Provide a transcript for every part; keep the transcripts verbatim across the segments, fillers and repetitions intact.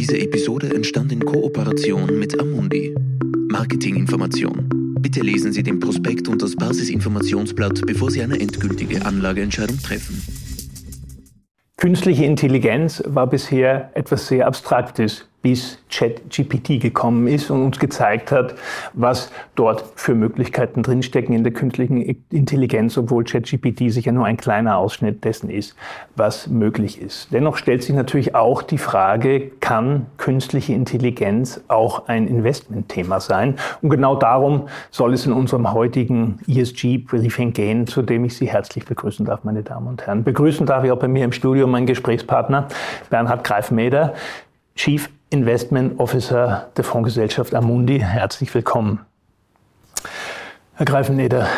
Diese Episode entstand in Kooperation mit Amundi. Marketinginformation. Bitte lesen Sie den Prospekt und das Basisinformationsblatt, bevor Sie eine endgültige Anlageentscheidung treffen. Künstliche Intelligenz war bisher etwas sehr Abstraktes, bis ChatGPT gekommen ist und uns gezeigt hat, was dort für Möglichkeiten drinstecken in der künstlichen Intelligenz, obwohl ChatGPT sicher nur ein kleiner Ausschnitt dessen ist, was möglich ist. Dennoch stellt sich natürlich auch die Frage, kann künstliche Intelligenz auch ein Investmentthema sein? Und genau darum soll es in unserem heutigen E S G-Briefing gehen, zu dem ich Sie herzlich begrüßen darf, meine Damen und Herren. Begrüßen darf ich auch bei mir im Studio meinen Gesprächspartner Bernhard Greifeneder, Chief Investment Officer der Fondsgesellschaft Amundi. Herzlich willkommen. Herr Greifeneder,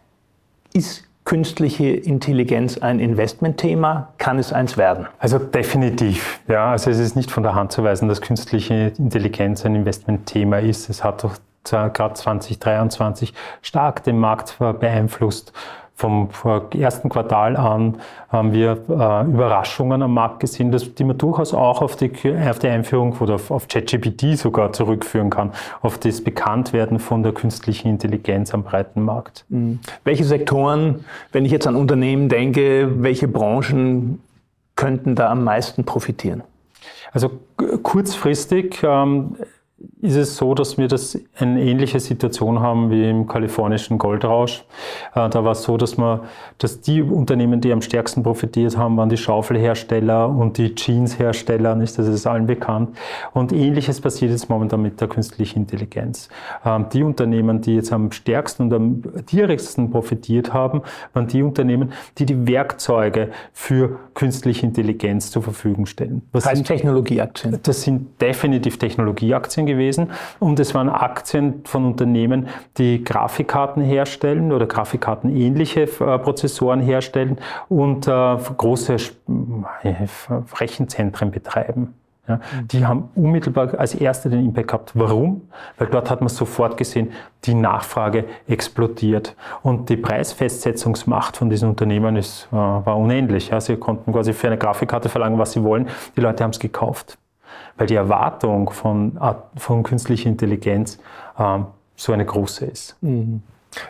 ist künstliche Intelligenz ein Investmentthema? Kann es eins werden? Also definitiv. Ja, also es ist nicht von der Hand zu weisen, dass künstliche Intelligenz ein Investmentthema ist. Es hat doch gerade zwanzig dreiundzwanzig stark den Markt beeinflusst. Vom ersten Quartal an haben wir äh, Überraschungen am Markt gesehen, dass, die man durchaus auch auf die, auf die Einführung oder auf, auf ChatGPT sogar zurückführen kann, auf das Bekanntwerden von der künstlichen Intelligenz am breiten Markt. Mhm. Welche Sektoren, wenn ich jetzt an Unternehmen denke, welche Branchen könnten da am meisten profitieren? Also kurzfristig ähm, ist es so, dass wir das eine ähnliche Situation haben wie im kalifornischen Goldrausch. Da war es so, dass man, dass die Unternehmen, die am stärksten profitiert haben, waren die Schaufelhersteller und die Jeanshersteller, nicht? Das ist allen bekannt. Und Ähnliches passiert jetzt momentan mit der künstlichen Intelligenz. Die Unternehmen, die jetzt am stärksten und am direktesten profitiert haben, waren die Unternehmen, die die Werkzeuge für künstliche Intelligenz zur Verfügung stellen. Was heißt Technologieaktien? Das sind definitiv Technologieaktien gewesen und es waren Aktien von Unternehmen, die Grafikkarten herstellen oder Grafikkartenähnliche äh, Prozessoren herstellen und äh, große äh, Rechenzentren betreiben. Ja, mhm. Die haben unmittelbar als erste den Impact gehabt. Warum? Weil dort hat man sofort gesehen, die Nachfrage explodiert und die Preisfestsetzungsmacht von diesen Unternehmen ist, äh, war unendlich. Ja, sie konnten quasi für eine Grafikkarte verlangen, was sie wollen. Die Leute haben es gekauft. Weil die Erwartung von, von künstlicher Intelligenz ähm, so eine große ist. Mhm.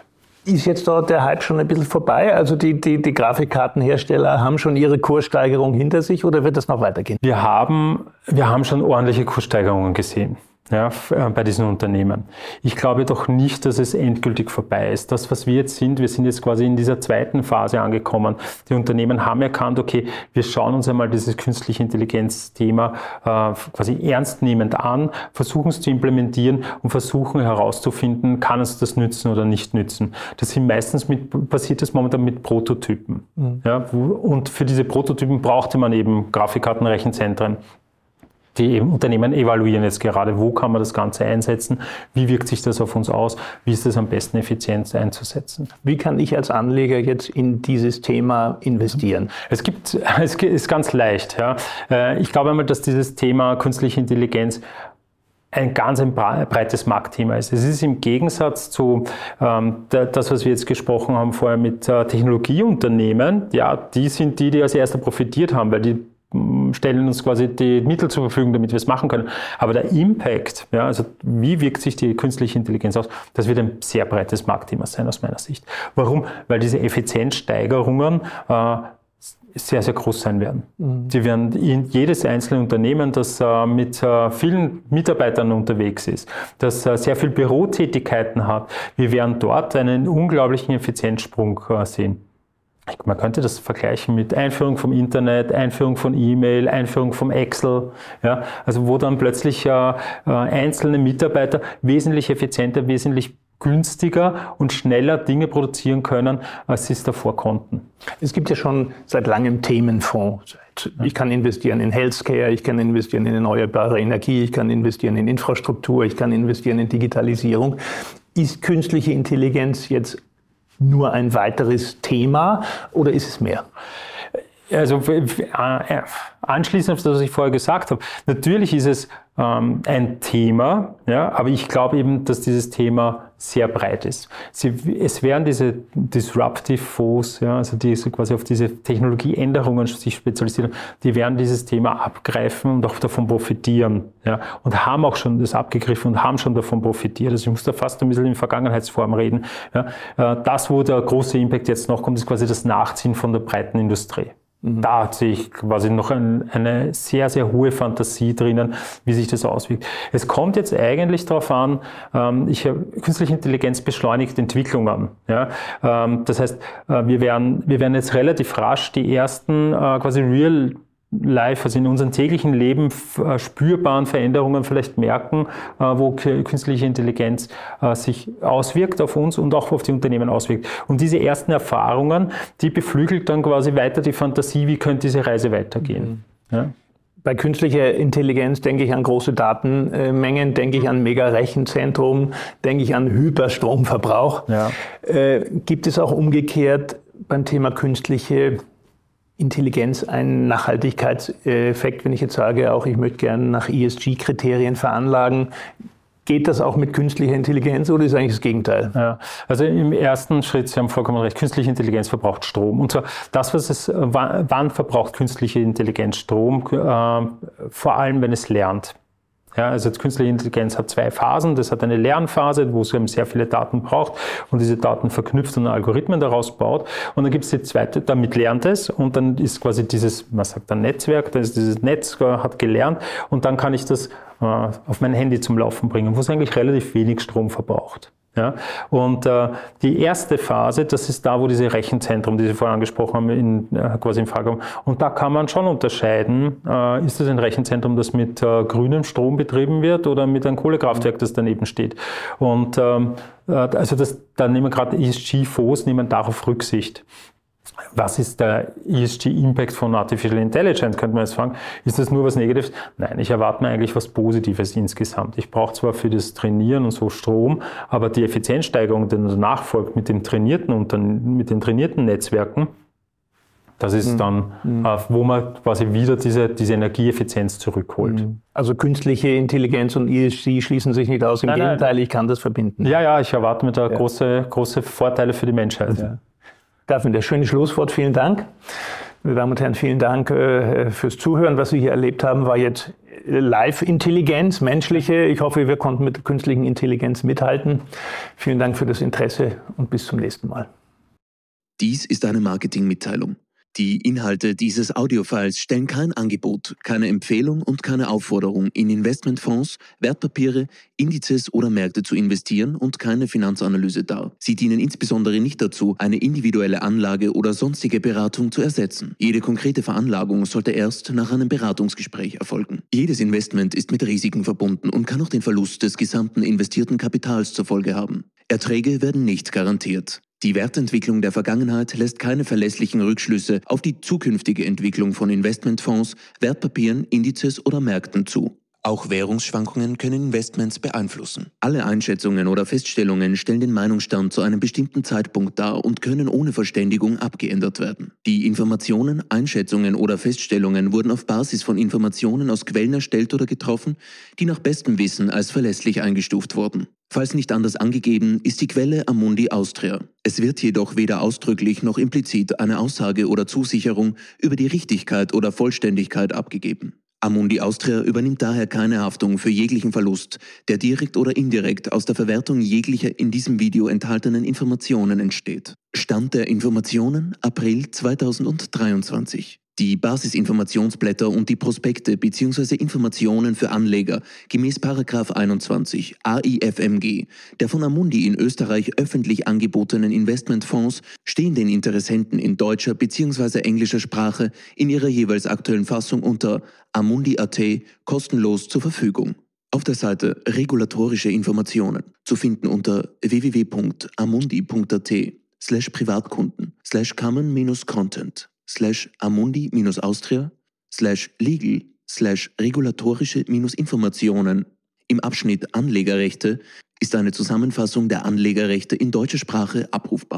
Ist jetzt dort der Hype schon ein bisschen vorbei? Also die, die, die Grafikkartenhersteller haben schon ihre Kurssteigerung hinter sich oder wird das noch weitergehen? Wir haben, wir haben schon ordentliche Kurssteigerungen gesehen. Ja, bei diesen Unternehmen. Ich glaube doch nicht, dass es endgültig vorbei ist. Das, was wir jetzt sind, wir sind jetzt quasi in dieser zweiten Phase angekommen. Die Unternehmen haben erkannt, okay, wir schauen uns einmal dieses künstliche Intelligenz-Thema äh, quasi ernstnehmend an, versuchen es zu implementieren und versuchen herauszufinden, kann es das nützen oder nicht nützen. Das sind meistens mit, passiert das momentan mit Prototypen. Mhm. Ja, und für diese Prototypen brauchte man eben Grafikkartenrechenzentren. Die Unternehmen evaluieren jetzt gerade, wo kann man das Ganze einsetzen, wie wirkt sich das auf uns aus, wie ist das am besten effizient einzusetzen. Wie kann ich als Anleger jetzt in dieses Thema investieren? Es gibt, es ist ganz leicht. Ja. Ich glaube einmal, dass dieses Thema künstliche Intelligenz ein ganz ein breites Marktthema ist. Es ist im Gegensatz zu ähm, das, was wir jetzt gesprochen haben vorher mit äh, Technologieunternehmen, ja, die sind die, die als erster profitiert haben, weil die stellen uns quasi die Mittel zur Verfügung, damit wir es machen können. Aber der Impact, ja, also wie wirkt sich die künstliche Intelligenz aus, das wird ein sehr breites Marktthema sein aus meiner Sicht. Warum? Weil diese Effizienzsteigerungen äh, sehr, sehr groß sein werden. Mhm. Die werden in jedes einzelne Unternehmen, das äh, mit äh, vielen Mitarbeitern unterwegs ist, das äh, sehr viel Bürotätigkeiten hat, wir werden dort einen unglaublichen Effizienzsprung äh, sehen. Man könnte das vergleichen mit Einführung vom Internet, Einführung von E-Mail, Einführung vom Excel, ja, also wo dann plötzlich äh, einzelne Mitarbeiter wesentlich effizienter, wesentlich günstiger und schneller Dinge produzieren können, als sie es davor konnten. Es gibt ja schon seit langem Themenfonds. Ich kann investieren in Healthcare, ich kann investieren in erneuerbare Energie, ich kann investieren in Infrastruktur, ich kann investieren in Digitalisierung. Ist künstliche Intelligenz jetzt nur ein weiteres Thema oder ist es mehr? Also äh, anschließend auf das, was ich vorher gesagt habe, natürlich ist es ähm, ein Thema, ja, aber ich glaube eben, dass dieses Thema sehr breit ist. Sie, es werden diese Disruptive Fonds, ja, also die so quasi auf diese Technologieänderungen sich spezialisieren, die werden dieses Thema abgreifen und auch davon profitieren, ja, und haben auch schon das abgegriffen und haben schon davon profitiert. Also ich muss da fast ein bisschen in Vergangenheitsform reden. Ja. Das, wo der große Impact jetzt noch kommt, ist quasi das Nachziehen von der breiten Industrie. Mhm. Da sehe ich quasi noch ein, eine sehr, sehr hohe Fantasie drinnen, wie sich das auswirkt. Es kommt jetzt eigentlich darauf an, ähm, ich habe künstliche Intelligenz beschleunigt Entwicklungen. Ja? Ähm, das heißt, äh, wir werden, wir werden jetzt relativ rasch die ersten äh, quasi Real live, also in unserem täglichen Leben äh, spürbaren Veränderungen vielleicht merken, äh, wo k- künstliche Intelligenz äh, sich auswirkt auf uns und auch auf die Unternehmen auswirkt. Und diese ersten Erfahrungen, die beflügelt dann quasi weiter die Fantasie, wie könnte diese Reise weitergehen. Mhm. Ja? Bei künstlicher Intelligenz denke ich an große Datenmengen, denke ich an Mega-Rechenzentrum, denke ich an Hyperstromverbrauch. Ja. Äh, gibt es auch umgekehrt beim Thema künstliche Intelligenz einen Nachhaltigkeitseffekt, wenn ich jetzt sage, auch ich möchte gerne nach E S G-Kriterien veranlagen? Geht das auch mit künstlicher Intelligenz oder ist eigentlich das Gegenteil? Ja, also im ersten Schritt, Sie haben vollkommen recht, künstliche Intelligenz verbraucht Strom. Und zwar das, was es, wann verbraucht künstliche Intelligenz Strom? Äh, vor allem, wenn es lernt. Ja, also künstliche Intelligenz hat zwei Phasen. Das hat eine Lernphase, wo es eben sehr viele Daten braucht und diese Daten verknüpft und Algorithmen daraus baut. Und dann gibt es die zweite, damit lernt es und dann ist quasi dieses, man sagt dann Netzwerk, dann ist dieses Netz, hat gelernt und dann kann ich das äh, auf mein Handy zum Laufen bringen, wo es eigentlich relativ wenig Strom verbraucht. Ja, und äh, die erste Phase, das ist da, wo diese Rechenzentren, die Sie vorhin angesprochen haben, in, äh, quasi in Frage kommen. Und da kann man schon unterscheiden, äh, ist das ein Rechenzentrum, das mit äh, grünem Strom betrieben wird oder mit einem Kohlekraftwerk, das daneben steht. Und ähm, äh, also das, da nehmen gerade E S G-Fonds, nehmen darauf Rücksicht. Was ist der E S G-Impact von Artificial Intelligence, könnte man jetzt fragen. Ist das nur was Negatives? Nein, ich erwarte mir eigentlich was Positives insgesamt. Ich brauche zwar für das Trainieren und so Strom, aber die Effizienzsteigerung, die danach folgt mit dem trainierten und dann mit den trainierten Netzwerken, das ist mhm. dann, mhm. äh, wo man quasi wieder diese, diese Energieeffizienz zurückholt. Also künstliche Intelligenz und E S G schließen sich nicht aus. Im nein, Gegenteil, nein. Ich kann das verbinden. Ja, ja, ich erwarte mir da ja. große, große Vorteile für die Menschheit. Ja. Daphne, das schöne Schlusswort. Vielen Dank. Meine Damen und Herren, vielen Dank äh, fürs Zuhören. Was Sie hier erlebt haben, war jetzt Live-Intelligenz, menschliche. Ich hoffe, wir konnten mit der künstlichen Intelligenz mithalten. Vielen Dank für das Interesse und bis zum nächsten Mal. Dies ist eine Marketingmitteilung. Die Inhalte dieses Audiofiles stellen kein Angebot, keine Empfehlung und keine Aufforderung, in Investmentfonds, Wertpapiere, Indizes oder Märkte zu investieren und keine Finanzanalyse dar. Sie dienen insbesondere nicht dazu, eine individuelle Anlage oder sonstige Beratung zu ersetzen. Jede konkrete Veranlagung sollte erst nach einem Beratungsgespräch erfolgen. Jedes Investment ist mit Risiken verbunden und kann auch den Verlust des gesamten investierten Kapitals zur Folge haben. Erträge werden nicht garantiert. Die Wertentwicklung der Vergangenheit lässt keine verlässlichen Rückschlüsse auf die zukünftige Entwicklung von Investmentfonds, Wertpapieren, Indizes oder Märkten zu. Auch Währungsschwankungen können Investments beeinflussen. Alle Einschätzungen oder Feststellungen stellen den Meinungsstand zu einem bestimmten Zeitpunkt dar und können ohne Verständigung abgeändert werden. Die Informationen, Einschätzungen oder Feststellungen wurden auf Basis von Informationen aus Quellen erstellt oder getroffen, die nach bestem Wissen als verlässlich eingestuft wurden. Falls nicht anders angegeben, ist die Quelle Amundi Austria. Es wird jedoch weder ausdrücklich noch implizit eine Aussage oder Zusicherung über die Richtigkeit oder Vollständigkeit abgegeben. Amundi Austria übernimmt daher keine Haftung für jeglichen Verlust, der direkt oder indirekt aus der Verwertung jeglicher in diesem Video enthaltenen Informationen entsteht. Stand der Informationen April zweitausenddreiundzwanzig. Die Basisinformationsblätter und die Prospekte bzw. Informationen für Anleger gemäß Paragraph einundzwanzig A I F M G der von Amundi in Österreich öffentlich angebotenen Investmentfonds stehen den Interessenten in deutscher bzw. englischer Sprache in ihrer jeweils aktuellen Fassung unter amundi punkt at kostenlos zur Verfügung. Auf der Seite Regulatorische Informationen zu finden unter w w w punkt amundi punkt at slash Privatkunden slash common minus content slash amundi minus austria slash legal slash regulatorische minus Informationen. Im Abschnitt Anlegerrechte ist eine Zusammenfassung der Anlegerrechte in deutscher Sprache abrufbar.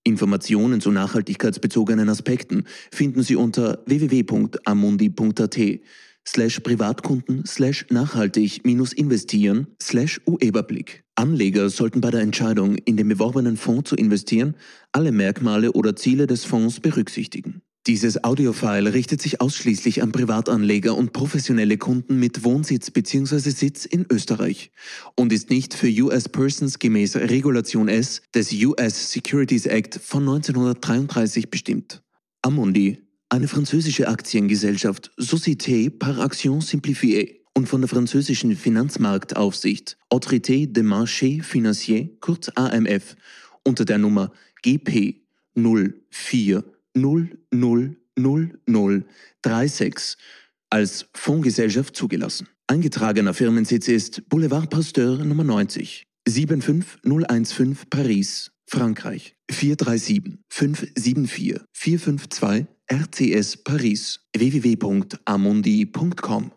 Informationen zu nachhaltigkeitsbezogenen Aspekten finden Sie unter w w w punkt amundi punkt a t slash Privatkunden slash nachhaltig minus investieren slash Urheberblick. Anleger sollten bei der Entscheidung, in den beworbenen Fonds zu investieren, alle Merkmale oder Ziele des Fonds berücksichtigen. Dieses Audiofile richtet sich ausschließlich an Privatanleger und professionelle Kunden mit Wohnsitz bzw. Sitz in Österreich und ist nicht für U S Persons gemäß Regulation S des U S Securities Act von neunzehnhundertdreiunddreißig bestimmt. Amundi, eine französische Aktiengesellschaft, Société par Action Simplifiée und von der französischen Finanzmarktaufsicht Autorité des Marchés Financiers, kurz A M F, unter der Nummer G P null vier null null null null drei sechs als Fondsgesellschaft zugelassen. Eingetragener Firmensitz ist Boulevard Pasteur Nummer neunzig, sieben fünf null eins fünf Paris, Frankreich, vier drei sieben fünf sieben vier vier fünf zwei R C S Paris, w w w punkt amundi punkt com.